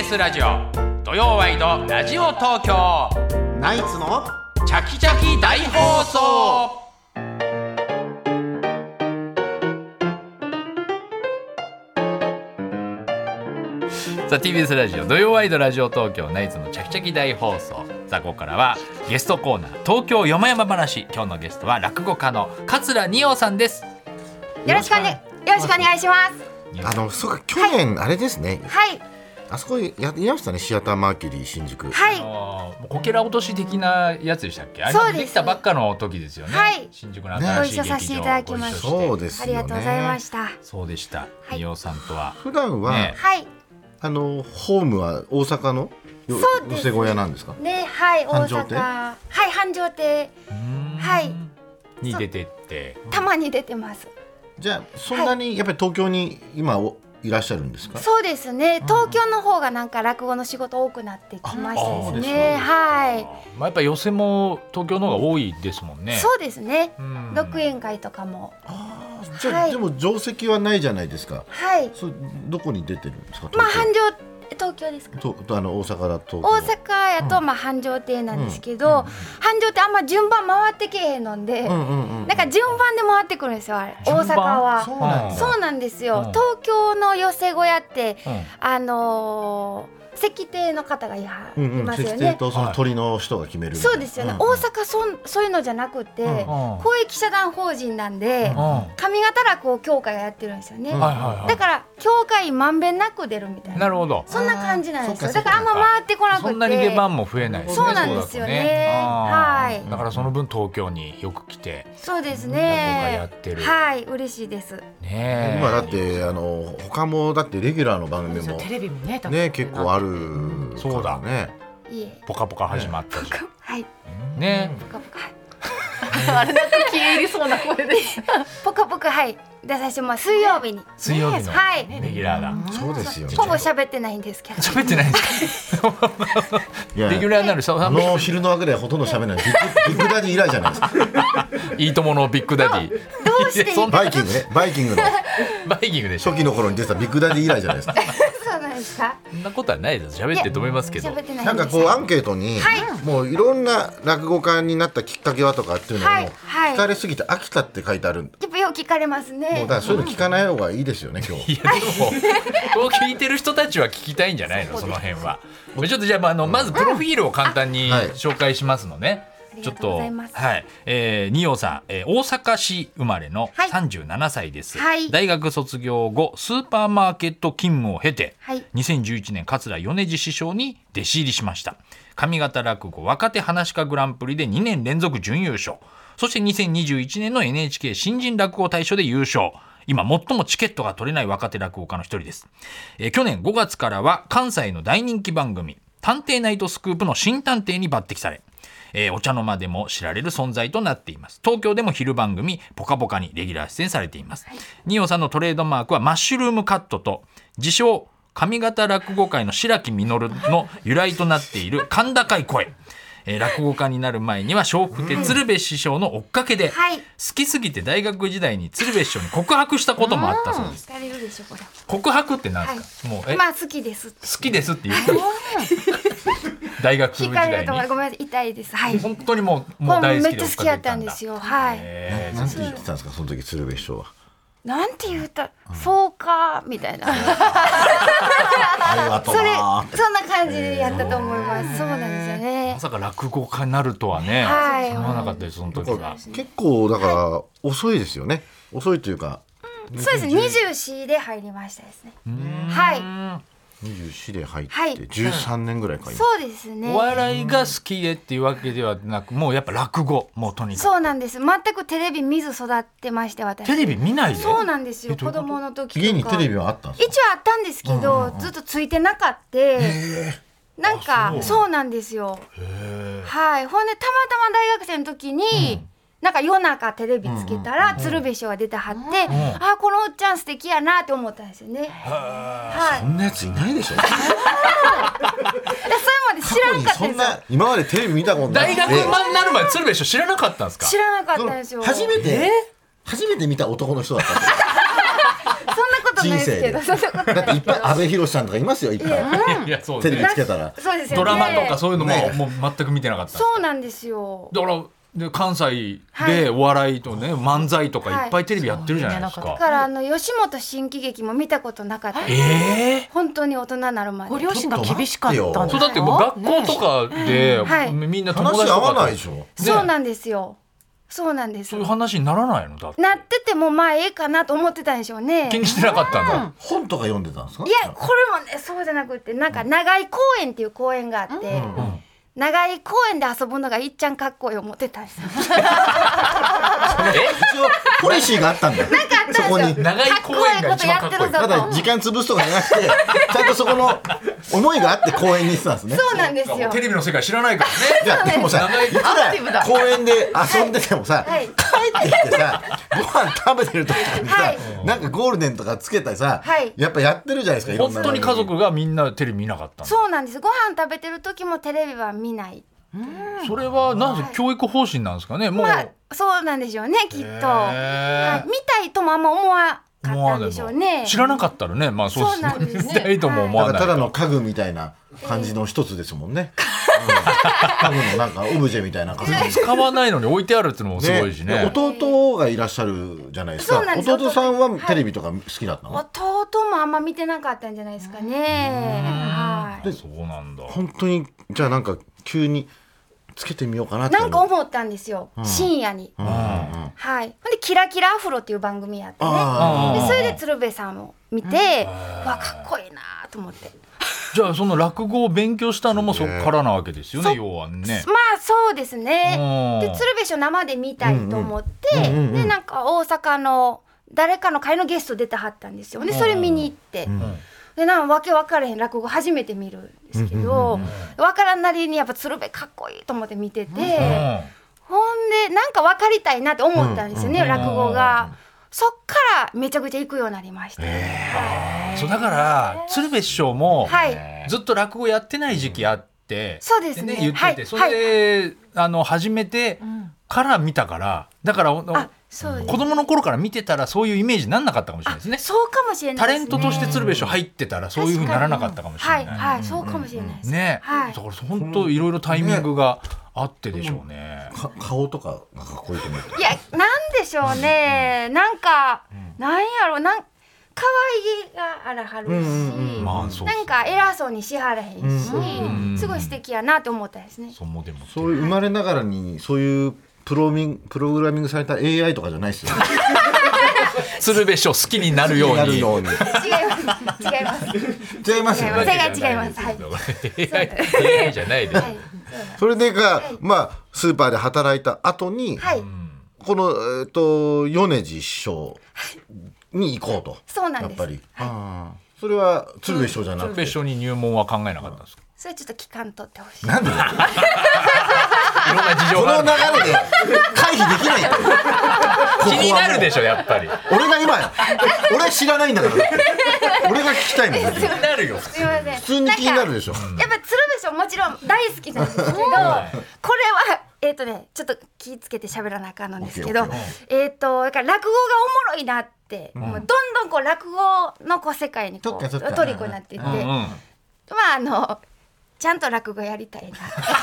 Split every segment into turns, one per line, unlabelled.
TBS ラジオ土曜ワイドラジオ東京
ナイツの
チャキチャキ大放送。さあ TBS ラジオ土曜ワイドラジオ東京ナイツのチャキチャキ大放送。さあここからはゲストコーナー東京よもやま話。今日のゲストは落語家の桂二葉さんです。
よろしくお願いします。
そうか去年あれですね、
はい、
あそこやりましたね、シアターマーキュリー新宿。
はい、
こけら落とし的なやつでしたっけ？あ
そうです。
れできたばっかの時ですよね、
はい、
新宿の新しい劇場、
ご一緒させていただきました。
そうですよね、
ありがとうございました。
そうでした、
はい、
二葉さんとは
普段は、
ね、
はい、
ホームは大阪の寄せ小屋なんですか
ね。はい、大
繁盛亭、
はい、繁盛亭、はい、
に出てって
たまに出てます。
じゃあそんなにやっぱり東京に今いらっしゃるんですか？
そうですね、東京の方がなんか落語の仕事多くなってきましたですね。はい、
まあ、やっぱり寄せも東京の方が多いですもんね。
そうですね、独演会とかも。
じゃあ、はい、でも定席はないじゃないですか。
はい、
どこに出てるんですか？
まあ繁盛東京ですか？
大阪だと
大阪やと、繁盛亭なんですけど、繁盛亭あんま順番回ってけえへんので、なんか順番で回ってくるんですよ、あれ大阪は。そうなんですよ、東京の寄せ小屋って、石亭の方がいますよね。
石亭とその鳥の人が決める。
そうですよね、大阪そういうのじゃなくて、公益社団法人なんで、上方落語協会がやってるんですよね。だから協会まんべんなく出るみたいな。
なるほど、
そんな感じなんですよ。だからあんま回ってこなくて、
そんなに出番も増えないですね。
そうなんですよね。はい。
だからその分東京によく来て、
そうですね、
落語がやってる。
はい、嬉しいです
ね。今だって他もだってレギュラーの番組も
テレビもね
結構ある。
そうだね。
ポ
カポカ始まったし、
はい
ね、
ポカポカ
あれなんか消え入りそうな声で
ポカポカ、はい、出させてもらう。水曜日の
レギュラーだ。
そうですよね。
ほぼ喋ってないんですけど。
喋ってないんですか？レギュラーになる
昼の枠ではほとんど喋らない。ビッグダディ以来じゃないですか。
いいとものビッグダディ。
どうして
バイキングね、バイキング
で
初期の頃に出てたビッグダディ以来じゃないですか。
そうなんですか？
そんなことはないです。喋ってると思いますけど。
なんかこうアンケートに、もういろんな落語家になったきっかけはとかっていうのを聞かれすぎて飽きたって書いてある。
やっぱよく聞かれますね。
もうだからそういうの聞かない方がいいですよね、今日。
いやでもこう聞いてる人たちは聞きたいんじゃないの、その辺は。ちょっとじゃあ、まずプロフィールを簡単に紹介しますのね。ちょっと二葉さん、大阪市生まれの37歳です、大学卒業後スーパーマーケット勤務を経て、2011年桂米次師匠に弟子入りしました。上方落語若手噺家グランプリで2年連続準優勝、そして2021年の NHK 新人落語大賞で優勝。今最もチケットが取れない若手落語家の一人です。去年5月からは関西の大人気番組探偵ナイトスクープの新探偵に抜擢され、お茶の間でも知られる存在となっています。東京でも昼番組ポカポカにレギュラー出演されています。二葉さんのトレードマークはマッシュルームカットと、自称上方落語界の白木実の由来となっている甲高い声。落語家になる前には笑福亭鶴瓶師匠の追っかけで、好きすぎて大学時代に鶴瓶師匠に告白したこともあったそうです。告白って何ですか？もう
まあ好きですって。
好きですって言った大学時代に。
聞かれるとごめんなさい、痛いです。はい。
本当にもう大好きで追っかけてたんだ。
めっちゃ好きだったんですよ。はい。
なんて言ってたんですか、その時鶴瓶師匠は。
なんて言った、そうかみたいな。そんな感じでやったと思います。そうなんですよね。
まさか落語家になるとはね、思わなかったです、その時は。
結構だから遅いですよね。遅いというか。
そうですね。24で入りましたですね。はい。
24で入って13年ぐらいか。
そうですね。
お笑いが好きでっていうわけではなく、もうやっぱ落語、もうとにかく。
そうなんです。全くテレビ見ず育ってまして、私。
テレビ見ないで。
そうなんですよ。子供の時とか。
家にテレビはあったんですか？
一応あったんですけど、ずっとついてなかった。なんかそうなんですよ。はい。ほんでたまたま大学生の時に。なんか夜中テレビつけたら鶴瓶師匠が出てはって、あ、このおっちゃん素敵やなって思ったんですよね。
そんなやついないでしょ。それ
まで知らなかったんですよ。
今までテレビ見たことない。
大学になる前鶴瓶師匠知らなかったんですか？
知らなかったんですよ。
初めて見た男の人だった。
そんなことことないですけど、そんなことない
だっていっぱい阿部寛さんとかいますよ、いっぱい。
いやそう
テレ
ね
ビつけたら。
そうですよね。
ドラマとかそういうのも
ね
もう全く見てなかった。
そうなんですよ。
だからで関西でお笑いとね、漫才とかいっぱいテレビやってるじゃないですか。
だから吉本新喜劇も見たことなかった。本当に大人になるまで。
ご両親が厳しかったんですか。
そうだってもう学校とかで、みんな友達とか
話合わないでしょ。
そうなんですよ。そうなんです。
そういう話にならないのだって。
なっててもまあええかなと思ってたんでしょうね。
気にしてなかったんだ。
本とか読んでたんですか。
いやこれもねそうじゃなくて、なんか長井公園っていう公園があって、長井公園で遊ぶのがいっちゃんかっこいい思ってたんですよ。
一応ポリシーがあったんだよ。
なんかあったんですよ。
そこに長井公園が一番かっこいい。
ただ時間潰すとかじゃなくて、ちゃんとそこの思いがあって公園に行ってたんですね。
そうなんですよ。
テレビの世界知らないからね。
いやでもさ、いくら公園で遊んでてもさ、帰ってきてさ、ご飯食べてる時にさ、なんかゴールデンとかつけたりさ、やっぱやってるじゃないですか。いろんな
本当に家族がみんなテレビ見なかったんだ。
そうなんです。ご飯食べてる時もテレビは見ない。
それはなんで教育方針なんですかね。もう、
まあ、そうなんでしょうね、きっと。見たいともあんま思わなかったんでしょうね。
知らなかったらね、まあそうですね。見たいとも思わない。
ただの家具みたいな感じの一つですもんね。家具のなんかオブジェみたいな感じ。
使わないのに置いてあるっていうのもすごいしね。
弟がいらっしゃるじゃないですか。弟さんはテレビとか好きだったの？
弟もあんま見てなかったんじゃないですかね。はい。
そうなんだ。
本当にじゃあなんか急につけてみようかなって
なんか思ったんですよ、深夜に。はい。ほんでキラキラアフロっていう番組やってね。でそれで鶴瓶さんを見て、わかっこいいなと思って。
じゃあその落語を勉強したのもそこからなわけですよね、要はね。
まあそうですね。で鶴瓶師匠生で見たいと思って、でなんか大阪の誰かの会のゲスト出てはったんですよ。でそれ見に行って。でなんかわけ分からへん落語初めて見るんですけど、分からんなりにやっぱ鶴瓶かっこいいと思って見てて、ほんでなんか分かりたいなって思ったんですよね、落語が。そっからめちゃくちゃ行くようになりました。
そうだから鶴瓶師匠もずっと落語やってない時期あって、
そうですね、
言ってて、それで始めてから見たから、だから子供の頃から見てたらそういうイメージにならなかったかもしれないですね。
そうかもしれないですね。
タレントとして鶴瓶師匠入ってたらそういう風にならなかったかもしれない。
はい、そうかもしれないです
ね。だから本当いろいろタイミングがあってでしょうね。
顔とかがかっこいいと思って。
いや、なんでしょうね。なんかなんやろ、可愛げがあらはるし、なんか偉そうにしはらへんし、すごい素敵やなって思ったんですね。
そういう生まれながらにそういうプログラミングされた AI とかじゃないですよね。
鶴瓶師匠好きになるように。
違います。はい。
AI じゃないです。
それでまあスーパーで働いた後に、この米次師匠に行こうと。
そうなんです。
やっぱり。それは鶴瓶師匠じゃなくて。
鶴瓶師匠に入門は考えなかったんですか。
それちょっと期間取ってほしい。
なんで？いろんな
事情がある。
この流れで回避できないって。
気になるでしょやっぱり。
俺知らないんだから。俺が聞きたいもん。
気になるよ。
すみません。
普通に気になるでしょ。
やっぱ鶴瓶師匠もちろん大好きなんですけど、これはちょっと気ぃつけて喋らなあかんのですけど、だから落語がおもろいなって、もうどんどんこう落語のこう世界にこう虜になっていって、ちゃんと落語やりたいな。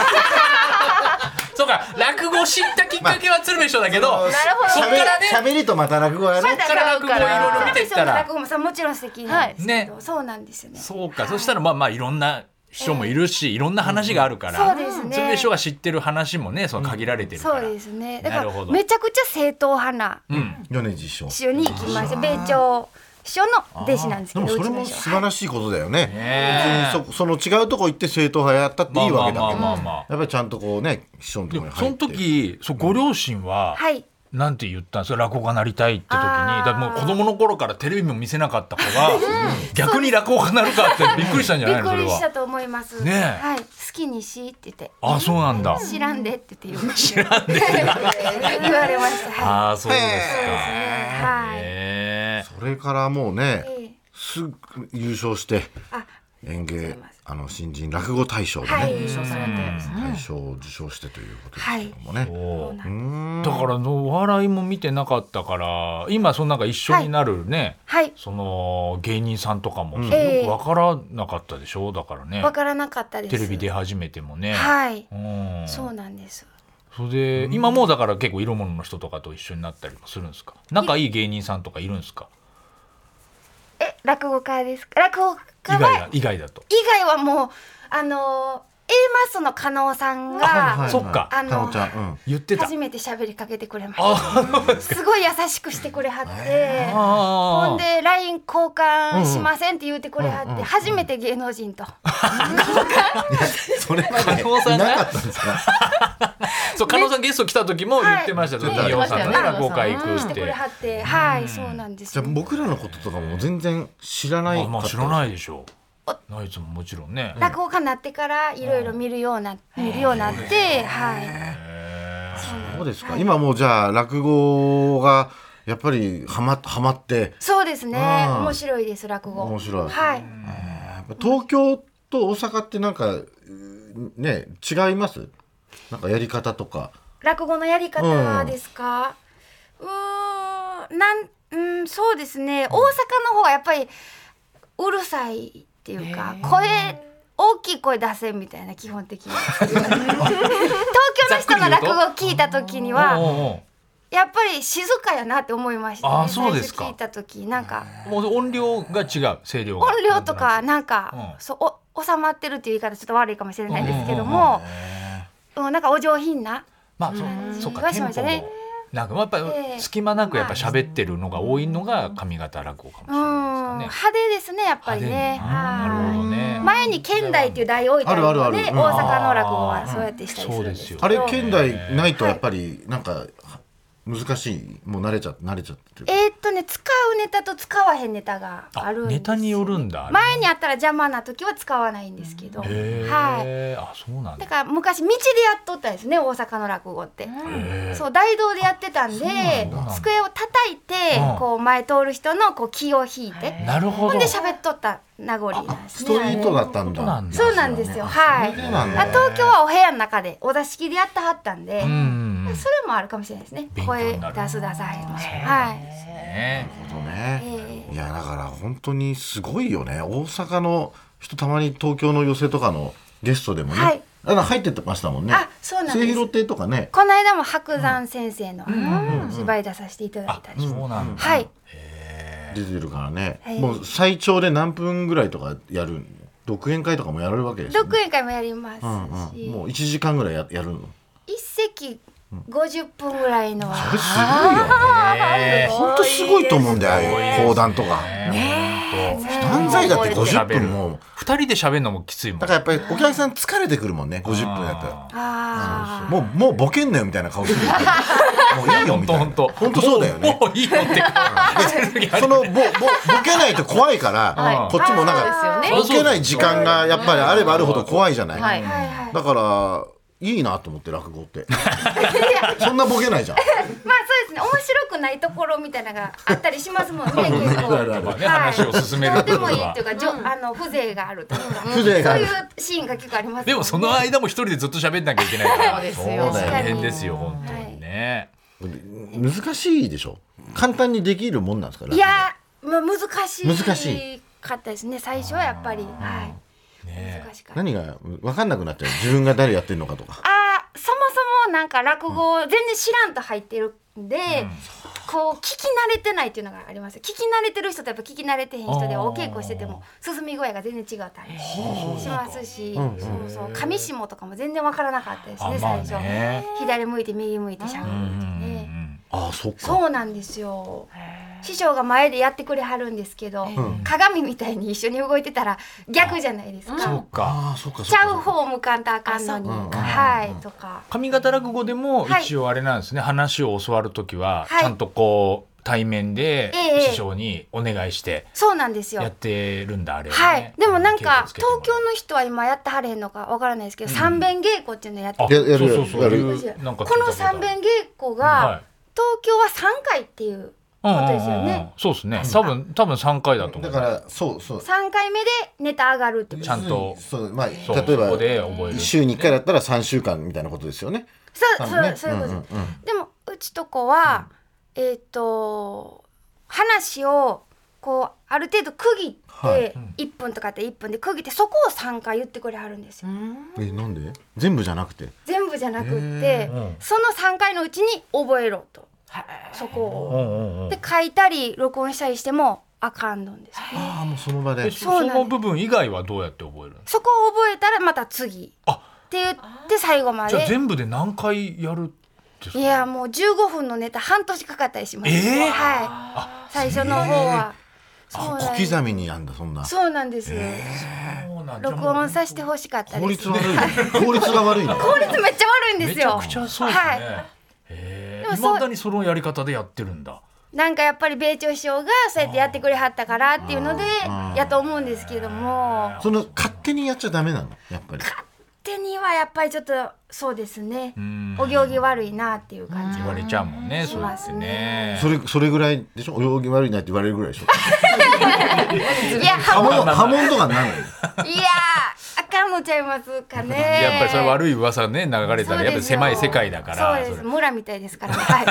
そうか、落語知ったきっかけは鶴瓶師匠だけど、そっからね、
喋りとまた落語やる。
そっから落語いろいろ見てったら、
落語もさもちろん素敵なんですけど、そうなんですよね。
そうか、そしたらまあいろんな師匠もいるし、いろんな話があるから、
そうですね。
鶴瓶師匠が知ってる話もね、その限られてるから。
そうですね。だからめちゃくちゃ正統派な
米次師匠。
師匠に行きました。米朝師匠の弟子なんですけど、
でもそれも素晴らしいことだよね。その違うとこ行って正統派やったっていいわけだけど、やっぱりちゃんとこうね、師匠のところに入って。
その時、ご両親はなんて言ったんですか、落語家なりたいって時に。だからもう子供の頃からテレビも見せなかった子が逆に落語家なるかってびっくりしたんじゃないの？
びっくりしたと思います。ね、はい、好きにしって言って。
あ、そうなんだ。
知らんでって言って。
知らんで
言われました。
あ、そうですか。
はい。
それからもうね、すぐ優勝して演芸新人落語大賞でね、
優勝されて
大賞を受賞してということですけどもね。
だからお笑いも見てなかったから今そのなんか一緒になるね、その芸人さんとかもよく分からなかったでしょ。だからね
分からなかったです。
テレビ出始めてもね。
そうなんです。
それで今もだから結構色物の人とかと一緒になったりもするんですか。仲いい芸人さんとかいるんですか。
落語家ですか。落語家は
以外だと。
以外はもうA マッソの加納さんが、
そっか、言ってた。
初めて喋りかけてくれました。すごい優しくしてくれはって、ほんで LINE 交換しませんって言ってくれはって、初めて芸能人と
それまでいなかったんですか。
そう、加納さんゲスト来た時も言ってました。飯尾さんのね落語会行く
してくれはって、そうなんです。
じゃあ僕らのこととかも全然知らない。
知らないでしょう。ナイツももちろんね。
落語家になってからいろいろ見るようになって、
そうですか。今もうじゃあ落語がやっぱりハマって。
そうですね。面白いです落語。
面白い。
はい。
東京と大阪ってなんかね違います？なんかやり方とか。
落語のやり方ですか。そうですね。大阪の方はやっぱりうるさいっていうか、大きい声出せみたいな、基本的に東京の人の落語を聞いた時にはやっぱり静かやなって思いましたね。最初聞いた時なんか
もう音量が違う、声量が
音量とかなんか収まってるっていう言い方ちょっと悪いかもしれないですけども、なんかお上品な感じがしましたね。
なんかやっぱり隙間なくやっぱ喋ってるのが多いのが上方落語かもしれないですかね。
派手ですね、やっぱりね。
なるほどね。
前に剣台っていう台置いてあるので、大阪の落語はそうやってしたりするんですよ。
あれ剣台ないとやっぱりなんか難しい、もう慣れちゃってる。
使うネタと使わへんネタがあるんです。
ネタによるんだ。
前にあったら邪魔な時は使わないんですけど、
そうなんだ。
だから昔道でやっとったんですね、大阪の落語って。そう、大道でやってたんで、机を叩いてこう前通る人のこう気を引いて、
なるほど。
ほんで喋っとった名残なんですね。
ストリートだったんだ。
そうなんですよ。はい。東京はお部屋の中でお座敷でやってはったんで、それもあるかもしれないですね。声出す出さへんも。はい。
なるほどね。いやだから本当にすごいよね。大阪の人たまに東京の寄席とかのゲストでもね、入ってましたもんね。
そうなんです。
末広亭とかね。
この間も白山先生の芝居出させていただいたりして。
そうなんだ。
はい。
出てるからね。もう最長で何分ぐらいとかやる。独演会とかもやるわけですよね。
独演会もやりますし。
もう1時間ぐらいやるの。
一席50分ぐらいのは。
それすごいよね。本当すごいと思うんだよ、講談とか。漫才だって50分も
2人で喋るのもきついもん。
だからやっぱりお客さん疲れてくるもんね、50分やったら。もうボケんなよみたいな顔する。もういいよみたいな。本当そうだよね。
もういいよって
そのボケないと怖いから、こっちもなんかボケない時間がやっぱりあればあるほど怖いじゃない。だからいいなと思って落語ってそんなボケないじゃん。
まあそうですね、面白くないところみたいなのがあったりしますもんね。結構
話を進める
とでもいいっていうか、風情があるというか、そういうシーンが結構あります。
でもその間も一人でずっと喋んなきゃいけないから大変ですよ本当にね。
難しいでしょ。簡単にできるもんなんですか。
いや難しかったですね、最初はやっぱり。
何が分かんなくなっちゃう。自分が誰やってるのかとか。
そもそもなんか落語全然知らんと入ってるんで、こう聞き慣れてないっていうのがあります。聞き慣れてる人とやっぱ聞き慣れてへん人でお稽古してても進み具合が全然違ったりしますし、上下とかも全然分からなかったですね、最初。左向いて右向いてしゃべるってね。そうなんですよ。師匠が前でやってくれはるんですけど、鏡みたいに一緒に動いてたら逆じゃないですか。ちゃう方向かんとあかんのに、とか。
上方落語でも一応あれなんですね、話を教わるときはちゃんとこう対面で師匠にお願いしてやってるんだ、あれはね。
でもなんか東京の人は今やってはれへんのかわからないですけど、三遍稽古っていうのやってる。この三遍稽古が東京は3回っていうことですよね。
そうですね。多分3回だと思う。
だからそう
3回目でネタ上がるってこと。
ちゃんと
そうまあ例
そう
えば
ここで覚える
週に1回だったら3週間みたいなことですよね。
そう
多分ね
いうことです。
うんうん
でもうちとこは、話をこうある程度区切って1分とかって1分で区切ってそこを3回言ってくれはるんですよ。
なんで全部じゃなくて
全部じゃなくってその3回のうちに覚えろとそこをで書いたり録音したりしてもあかんのんですよね。
ああもうその場で
その部分以外はどうやって覚えるの？
そこを覚えたらまた次って言って最後まで。
じゃあ全部で何回やるんですか？
いやもう15分のネタ半年かかったりします、はい、最初の方は
小刻みにやんだそんな。
そうなんです、録音させてほしかったです。
効率悪い効率が悪いね。
効率めっちゃ悪いんですよ。
めちゃくちゃそうですね。いまだにそのやり方でやってるんだ。
なんかやっぱり米朝師匠がそうやってやってくれはったからっていうのでやと思うんですけども、
その勝手にやっちゃダメなのやっぱり。
勝手にはやっぱりちょっとそうですね、お行儀悪いなっていう感じ
言われちゃうもんね。
しますね。
それぐらいでしょ。お行儀悪いなって言われるぐらいでしょ。
いや
波紋とかなんない。
いやあかんのちゃいますかね。
やっぱりそれ悪い噂ね流れたらやっぱり狭い世界だから。
そうです村みたいですから、はい、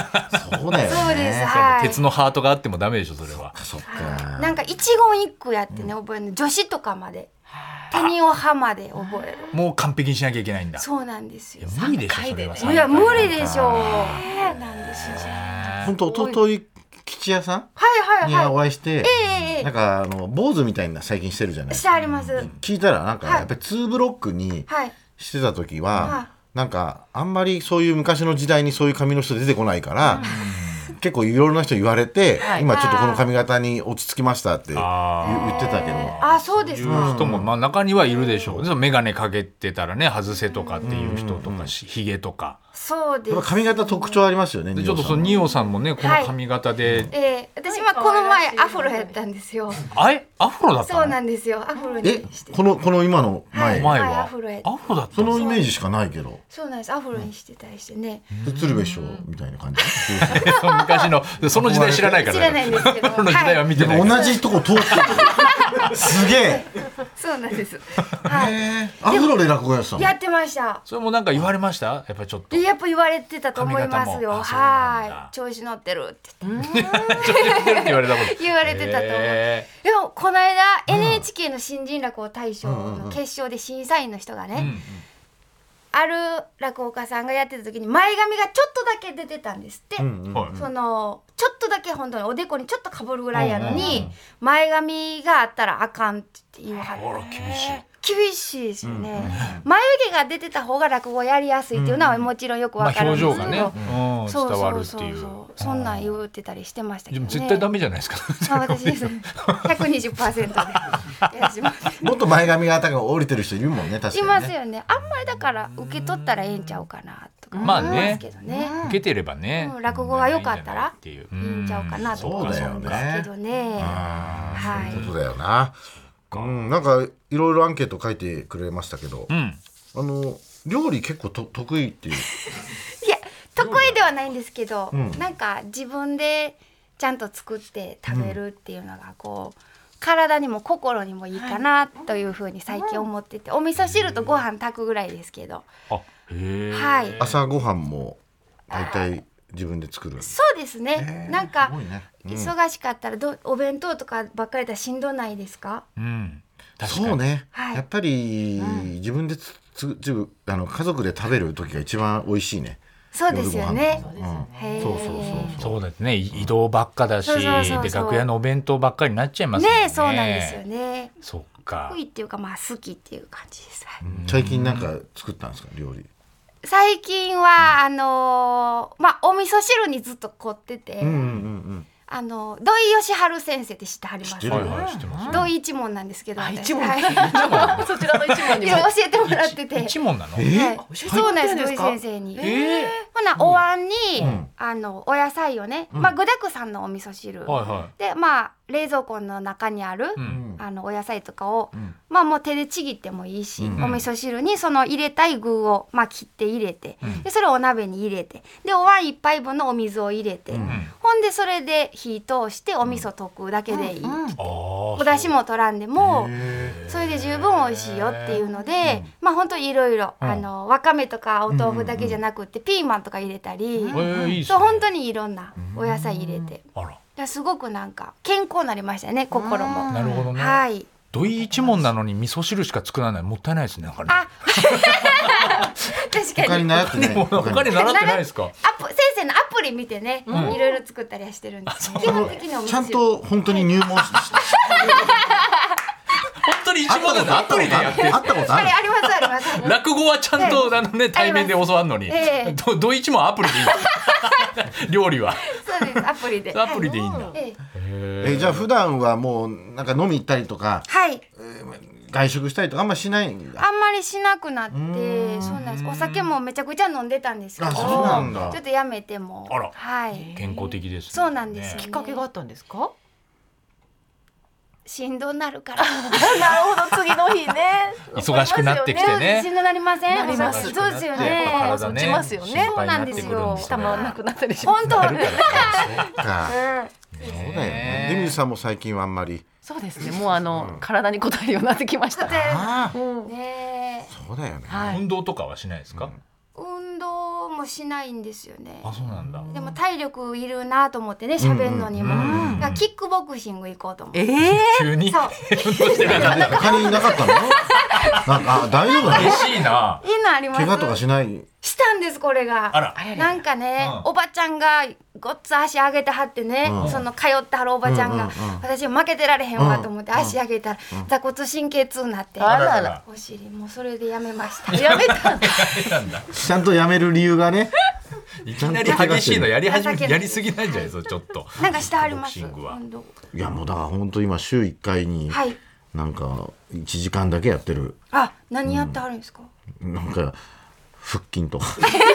そうだよね。
そうです、はい、
鉄のハートがあってもダメでしょそれは。
そっか。
なんか一言一句やってね覚えるの。女子とかまで手におはまで覚える。
もう完璧にしなきゃいけないんだ。
そうなんですよ。
無理でしょそれは。
いや無理でしょう。なんですよ。
本当一昨日吉屋さんにお会いして、なんか坊主みたいな最近してるじゃない。
してあります。
聞いたらなんかやっぱり2ブロックにしてた時はなんかあんまりそういう昔の時代にそういう髪の人出てこないから。結構いろいろな人言われて、今ちょっとこの髪型に落ち着きましたって言ってたけど。
あ、そうですか。
いう人もまあ中にはいるでしょう。眼鏡かけてたらね外せとかっていう人とかひげとか。
そうです。
髪型特徴ありますよね。
ちょっとそのニオさんもねこの髪型で。
私はこの前アフロやったんですよ。
アフロだったの？
そうなんですよ。アフロにして。
この今の前
は
アフロやった。
アフロだった。
そのイメージしかないけど。
そうなんです。アフロにしてたりしてね。
鶴瓶師匠みたいな感じ。
昔のその時代知らないから。
知らないんですけど。
その時代は見てない。
同じとこ通ってる。すげえ。
そうなんです。はい。
アフロで落語やってたの？
やってました。
それもなんか言われました？やっぱりちょっと。
やっぱ言われてたと思いますよ。はい。調子乗ってるって言って。
言われたこと。
言われてたと思う。でもこの間 NHK の新人落語大賞の決勝で審査員の人がね、ある落語家さんがやってた時に前髪がちょっとだけ出てたんですって。そのちょっとだけ本当におでこにちょっとかぶるぐらいやのに前髪があったらあかんって言わはって。厳しいですよね。眉毛が出てた方が落語やりやすいっていうのはもちろんよくわかるんですけど、
表情がね伝わるっていう。
そんなん言ってたりしてましたけどね。
絶対ダメじゃないですか。
私です。120%でやらします。
もっと前髪が降りてる人いるもんね。確かに。
いますよね。あんまりだから受け取ったらええんちゃうかなとか思いますけどね。
受けてればね。
落語が良かったらいいんちゃうかなと思うんですけどね。
はい。そういうことだよな。なんかいろいろアンケート書いてくれましたけど、料理結構得意っていう。い
や得意ではないんですけど、なんか自分でちゃんと作って食べるっていうのがこう体にも心にもいいかなというふうに最近思ってて、お味噌汁とご飯炊くぐらいですけど。はい。
朝ごはんも大体自分で作る。
そうですね。なんか忙しかったらお弁当とかばっかりだったらしんどないですか？
そうね。やっぱり自分で家族で食べる時が一番美味しいね。
そうですよね。
そうですね。移動ばっかだし、で楽屋のお弁当ばっかりになっちゃいますね。
そうなんですよね。
そっか。
得意っていうかまあ好きっていう感じです。
最近なんか作ったんですか料理？
最近はお味噌汁にずっと凝ってて、土井善晴先生って知ってはります？土井一門なんですけど、
一門そちらの一門に
教えてもらってて。
一門なの？
そうなんです。土井先生に。ほなお椀にお野菜をね、具だくさんのお味噌汁で冷蔵庫の中にある、お野菜とかを、もう手でちぎってもいいし、お味噌汁にその入れたい具を、切って入れて、でそれをお鍋に入れて、でお椀1杯分のお水を入れて、ほんでそれで火通してお味噌溶くだけでいい、お出汁も取らんでもそれで十分美味しいよっていうので、ほんといろいろわかめとかお豆腐だけじゃなくってピーマンとか入れたり、そう本当にいろんなお野菜入れて、すごくなんか健康になりましたね、心も。
なるほどね。
はい。
土井一門なのに味噌汁しか作らない、もったいないですね。
確かに。
他に習ってない。
他に習ってないですか。
先生のアプリ見てね、いろいろ作ったりはしてるんです。基本的には
ちゃんと本当に入門して。
本当に一門なんでアプリでやってる。
あったことある。
ありますあります。
落語はちゃんと対面で教わるのに、土井一門アプリでいい。料理は。
そうです、アプリで。
アプリでいいんだ。
じゃあ普段はもうなんか飲み行ったりとか、外食したりとかあんまりしないんだ。
あんまりしなくなって、そうなんです。お酒もめちゃくちゃ飲んでたんですけど、ちょっとやめても、
健康的ですね。
そうなんです。
きっかけがあったんですか？
しんどなるから。
なるほど、次の日ね。
忙しくなってきてね。
しんどなりません？
なります。
そうですよね。
体
落ちますよね。
そうなんですよ。
下回らなくなったりします。
本当。
そうだよね。出水さんも最近はあんまり。
そうですね。もう体に応えるようになってきました。
そうだよね。
運動とかはしないですか？
運動もしないんですよね。
あ、そうなんだ。
でも体力いるなと思ってね、喋るのにも。キックボクシング行こうと思って。
急に。
そう。
他になかったの？なんか大丈夫なの？
嬉しいな。
いいのあります。
怪我とかしない？
したんです、これが。なんかね、おばちゃんがごっつ足上げてはってね、その通ってはるおばちゃんが、私負けてられへんわと思って足上げたら座骨神経痛になって、お尻もうそれでやめました。
やめた。
ちゃんとやめる理由がね。
いきなり激しいのやりすぎないんじゃないですか、ちょっと。
なんかしてあります。い
やもうだから本当今週1回になんか1時間だけやってる。
何やってあるんですか？
なんか腹筋とか。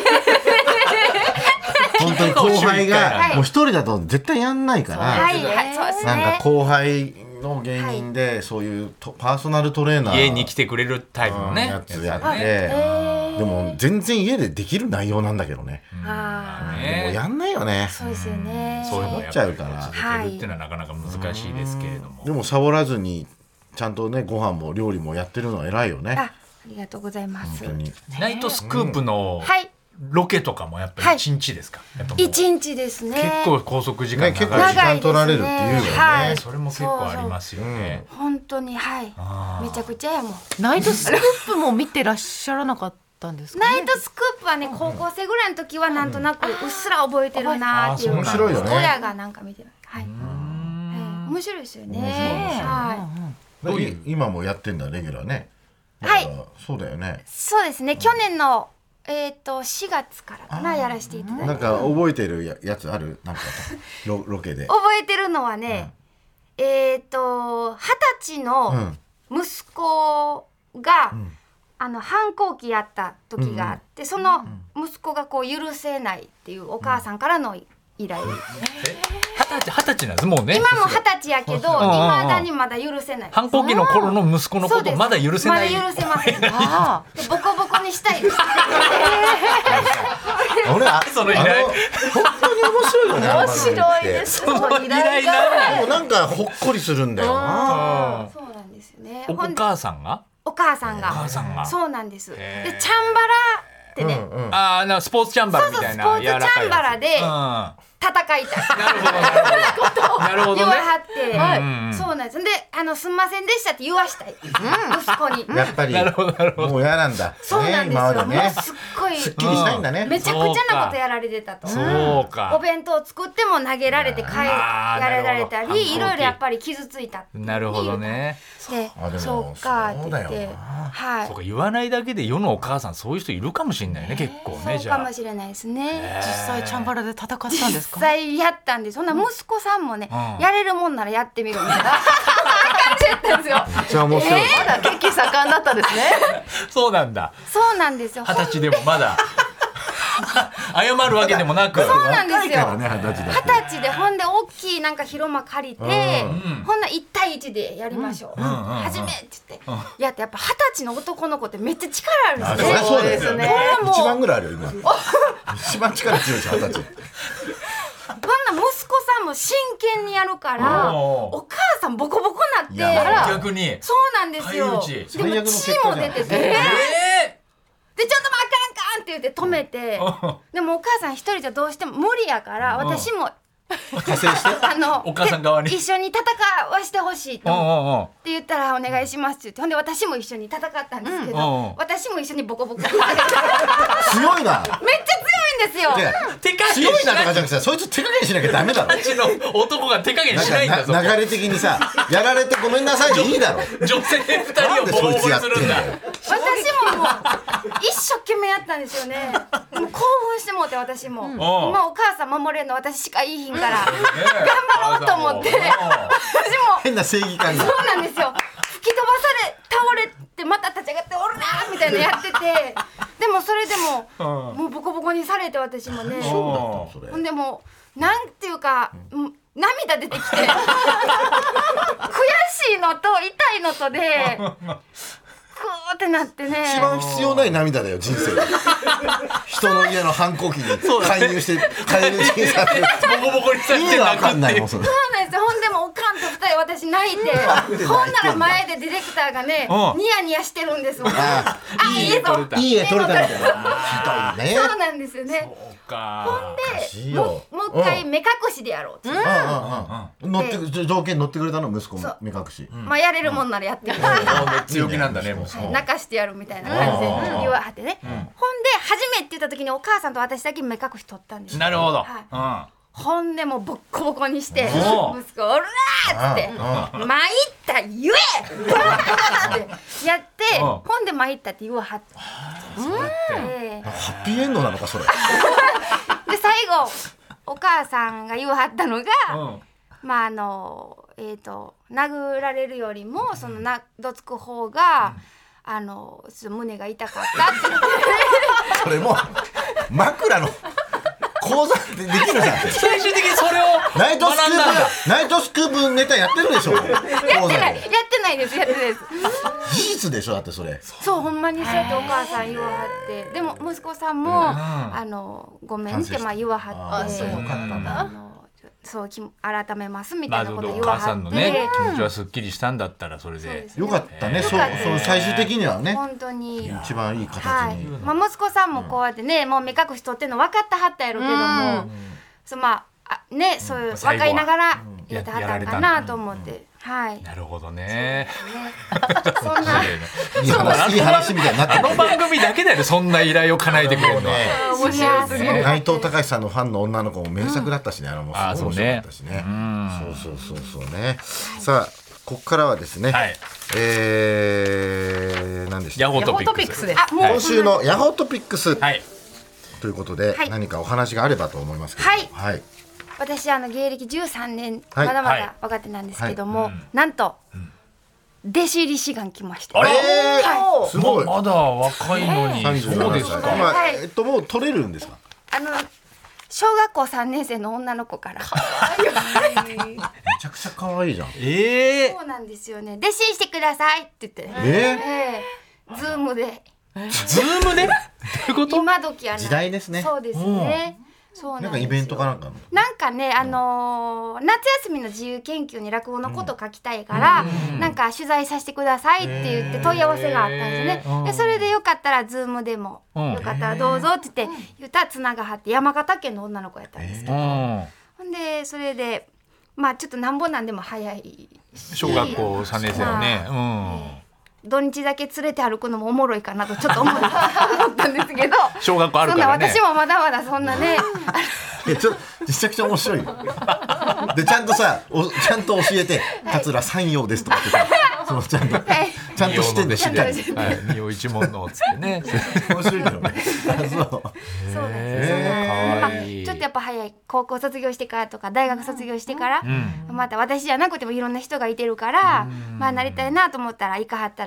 本当に後輩がもう一人だと絶対やんないから、なんか後輩の芸人でそういうパーソナルトレーナー
家に来てくれるタイプのね
やつやって、でも全然家でできる内容なんだけどね。でもやんないよね。
そうですよね。
そういうの
やっちゃうから。
続けるっていうのはなかなか難しいですけれども。
でもサボらずにちゃんとねご飯も料理もやってるのは偉いよね。
ありがとうございます。
ナイトスクープのロケとかもやっぱり1日ですか？
1日ですね。
結構拘束時間
結構時間取られるっていうよね。
それも結構ありますよね。
本当にめちゃくちゃやもん。
ナイトスクープも見てらっしゃらなかったんですか？
ナイトスクープはね、高校生ぐらいの時はなんとなくうっすら覚えてるなっていうか、親がなんか見てる。面白いですよね。
今もやってんだレギュラーね。そうだよね。
そうですね。去年の4月からかな、やらせていただいて。
なんか覚えてるやつある？なんかロケで
覚えてるのはね、20歳の息子が反抗期やった時があって、その息子がこう許せないっていうお母さんからの依頼。
20歳なんですもうね。
今も20歳やけど、いまだにまだ許せない。
反抗期の頃の息子のことまだ許せない。
まだ許せません。ボコボコにしたいです。
その依頼。
本当に面白いよね。
面白いです。
その依頼が
なんかほっこりするんだよな。
そうなんですよね。
お母さんが。そうなんです。でチャンバラってね。 スポーツチャンバラみたいな。
スポーツチャンバラで戦いたい。
なるほどね。
言わはって、そうなんです。ですんませんでしたって言わしたい。息子に。
やっぱりもう嫌なんだ。
そうなんですよ。もうすっごい
すっきりしたいんだね。
めちゃくちゃなことやられてたと。
そうか。
お弁当作っても投げられてやられたり、いろいろやっぱり傷ついた。
なるほどね。
で、そうかって言って、
そうか、言わないだけで世のお母さんそういう人いるかもしれないね、結構ね。
そうかもしれないですね。
実際チャンバラで戦ったんですか？
実際やったんです。そんな息子さんもね、やれるもんならやってみるみたいな感じやったんですよ。
めっちゃ面白い。
まだ血気盛んだったんですね。
そうなんだ。
そうなんですよ。
20歳でもまだ謝るわけでもなく。
そうなんですよ。
20
歳でほんで大きいなんか広間借りて、ほんな1対1でやりましょう。はじめって言ってやってやっぱ20歳の男の子ってめっちゃ力あるんですね。
そうですね。一番ぐらいあるよ今。一番力強いじゃん20歳。
こんな息子さんも真剣にやるからお母さんボコボコなって。
逆に。
そうなんですよ。でも血も出てて。でちょっとあかんかんって言って止めて、でもお母さん一人じゃどうしても無理やから私も
加勢して
お母さん側に
一緒に戦わしてほしいとって言ったらお願いしますって言って、ほんで私も一緒に戦ったんですけど、私も一緒にボコボコ強いな。
めっちゃ
強いんですよ。
手加減
強いなとかじゃなくてそいつ手加減しなきゃダメだろ。
うちの男が手加減しないんだぞ。
流れ的にさやられてごめんなさいでいいだろ。
女性2人をボコボコにするんだ。
私も一生懸命やったんですよね。もう興奮してもうて私も今お母さん守れるの私しかいいひんから頑張ろうと思って私も
変な正義感が。
そうなんですよ。吹き飛ばされ倒れてまた立ち上がっておるなみたいなやってて、でもそれでももうボコボコにされて私もね。ほんでもうなんていうか涙出てきて悔しいのと痛いのとでクーってなってね。
一番必要ない涙だよ人生。人の家の反抗期に介入して帰る人生
ボコボコにされて泣くっていう。
そうなんですよ。ほんでもおかんと2人私泣いてほんなら前でディレクターがねニヤニヤしてるんですもん。
いい絵撮れたみたいな。ひどいね。
そうなんですよね。ほんでもう一回目隠しでやろうって
条件乗ってくれたの息子も目隠し。
まあやれるもんならやってみる。
強気なんだね。
泣かしてやるみたいな感じで言わはってね。ほんで初めって言った時にお母さんと私だけ目隠し取ったんですよ。
なるほど。
ほんでもうボッコボコにして息子おるなーっつって「参った言え!」ってやってほんで参ったって言わはって。
ハッピーエンドなのかそれ。
で最後お母さんが言わはったのがまあ殴られるよりもそのどつく方が胸が痛かったって
それも枕の講座でできるじゃん。
最終的にそれを
ナイトスクープネタやってるでしょ。やって
ないです。
事実でしょだってそれ。
そうほんまにそうやってお母さん言わはって、でも息子さんもごめんって言わはって、そう改めますみたいなこと言わはって、
お母さんのね気持ちはすっきりしたんだったらそれで
よかったね。そう最終的にはね
本当に
一番いい形に。
息子さんもこうやってねもう目隠し取ってんの分かったはったやろうけども、そういう分かりながらやってはったんかなと思って。
なるほどね。
そんない
い話みたいになってる。
あの番組だけだよねそんな依頼を叶えてくれるの。
面白いですね。
内藤隆さんのファンの女の子も名作だったしね。もうすごい面白かったしね。そうね。さあここからはですね。何でした？
ヤホートピックスです。
今週のヤホートピックスということで何かお話があればと思いますけど。はい。
私芸歴13年まだまだ若手なんですけども、なんと弟子入り志願来ました。
すごい。
まだ若いのに。そうですか。
もう取れるんですか？
小学校3年生の女の子から
めちゃくちゃ可愛いじゃん。
そうなんですよね。弟子してくださいって言ってズームで
ズームでどういうこと？
今時は
時代ですね。
そうですね。
なんかイベントかなんか
なんかね夏休みの自由研究に落語のこと書きたいからなんか取材させてくださいって言って問い合わせがあったんですね。でそれでよかったらズームでもよかったらどうぞって言ったらつながはって山形県の女の子やったんですけど、ほんでそれでまあちょっとなんぼなんでも早い
小学校3年生はね
土日だけ連れて歩くのもおもろいかなとちょっと思ったんですけど
小学校あるからね。
私もまだまだそんなね
めちゃくちゃ面白いよ。でちゃんと教えて桂三葉ですとかってさちゃんとしてんでしっかり
二葉一門のつってね
面白いけどね。
そうなんです。ちょっとやっぱ早い高校卒業してからとか大学卒業してからまた私じゃなくてもいろんな人がいてるからまあなりたいなと思ったら行かはったら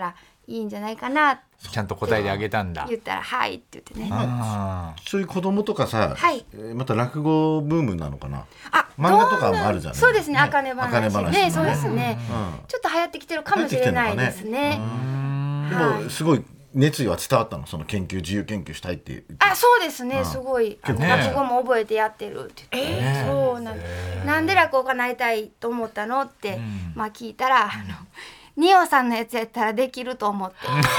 いいんじゃないかな
ちゃんと答えてあげたんだ。
言ったらはいって言ってね。
そういう子供とかさ、
はい、
また落語ブームなのかな。漫画とかもあるじゃない。
そうですね。あかね話ね、そうですね。ちょっと流行ってきてるかもしれないですね。
でもすごい熱意は伝わったの、その研究、自由研究したいっていう。
そうですね、すごい落語も覚えてやってるって言って、そうなんで落語家なりたいと思ったのって聞いたら、ニオさんのやつやったらできると思って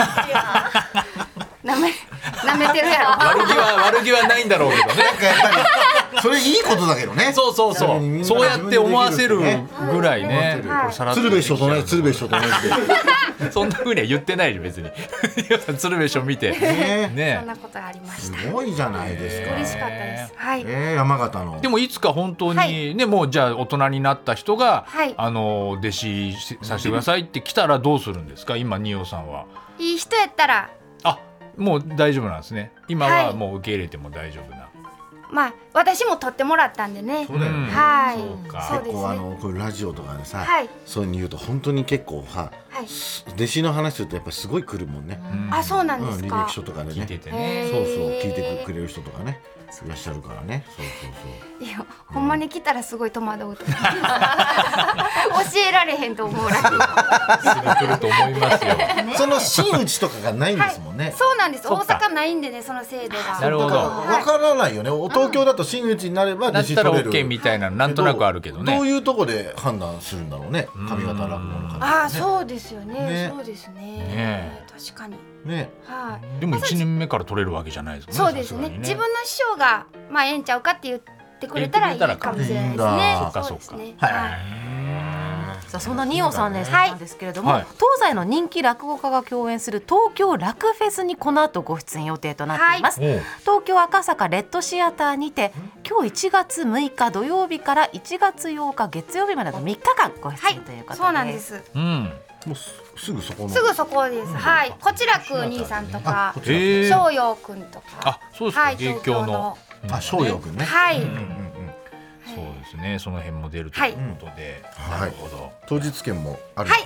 なめてるやろ。
悪気はないんだろうけどね。
なんかやっぱりそれいいことだけどね。
そうやって思わせるぐらいね。
鶴瓶師匠と同じで
そんな風には言ってないよ別に。鶴瓶師匠見て
ね、そんなことがありました。
すごいじゃないですか。
嬉しかったです。はい。
山形の。
でもいつか本当にね、もうじゃあ大人になった人が弟子させてくださいって来たらどうするんですか。今ニオさんはい
い人やったら
もう大丈夫なんですね。今はもう受け入れても大丈夫な。
私も撮ってもらったんでね。
そうだよね。
はい。
結構こういうラジオとかでさ、そういうの言うと本当に結構弟子の話するとやっぱりすごい来るもんね。
そうなんですか。
履歴書とかでね。聞いててね。そう聞いてくれる人とかね。いらっしゃるからね。
いや、ほんまに来たらすごい戸惑うと思う。教えられへんと思うらしい。
来ると思いますよ。
その真打ちとかがないんですもんね。
そうなんです。大阪ないんでね、その制度が。
なるほど。
わからないよね。東京だと真打ちになれば弟子取れる。
だったら OK みたいななんとなくあるけどね。
どういうとこで判断するんだろうね。上方落語の方。
そうですよね。そうですね。確かに。
ね。
でも1年目から取れるわけじゃないですもんね。
そうですね。自分の師匠がええんちゃうかって言ってくれたらいいかもしれないですね。
そうか。
さあそんなニオさんなんですけれども、東西の人気落語家が共演する東京落フェスにこの後ご出演予定となっています。東京赤坂レッドシアターにて今日1月6日土曜日から1月8日月曜日までの3日間ご出演ということです。
そうなんです。
もうすぐそこの。
すぐそこです。はい。こちらく兄さんとか、翔陽くんとか。
そうですか。芸協の。
翔陽くんね。
はい。
そうですね。その辺も出るということで。なるほど。
当日券もある。
はい、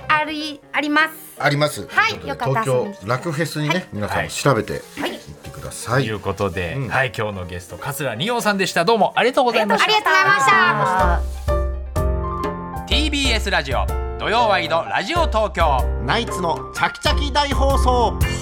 あります。
あります。
はい。よかった
東京落フェスにね、皆さん調べて行ってください。
ということで、今日のゲスト桂二葉さんでした。どうもありがとうございました。
ありがとうございました。
TBS ラジオ土曜ワイドラジオ東京
ナイツのチャキチャキ大放送。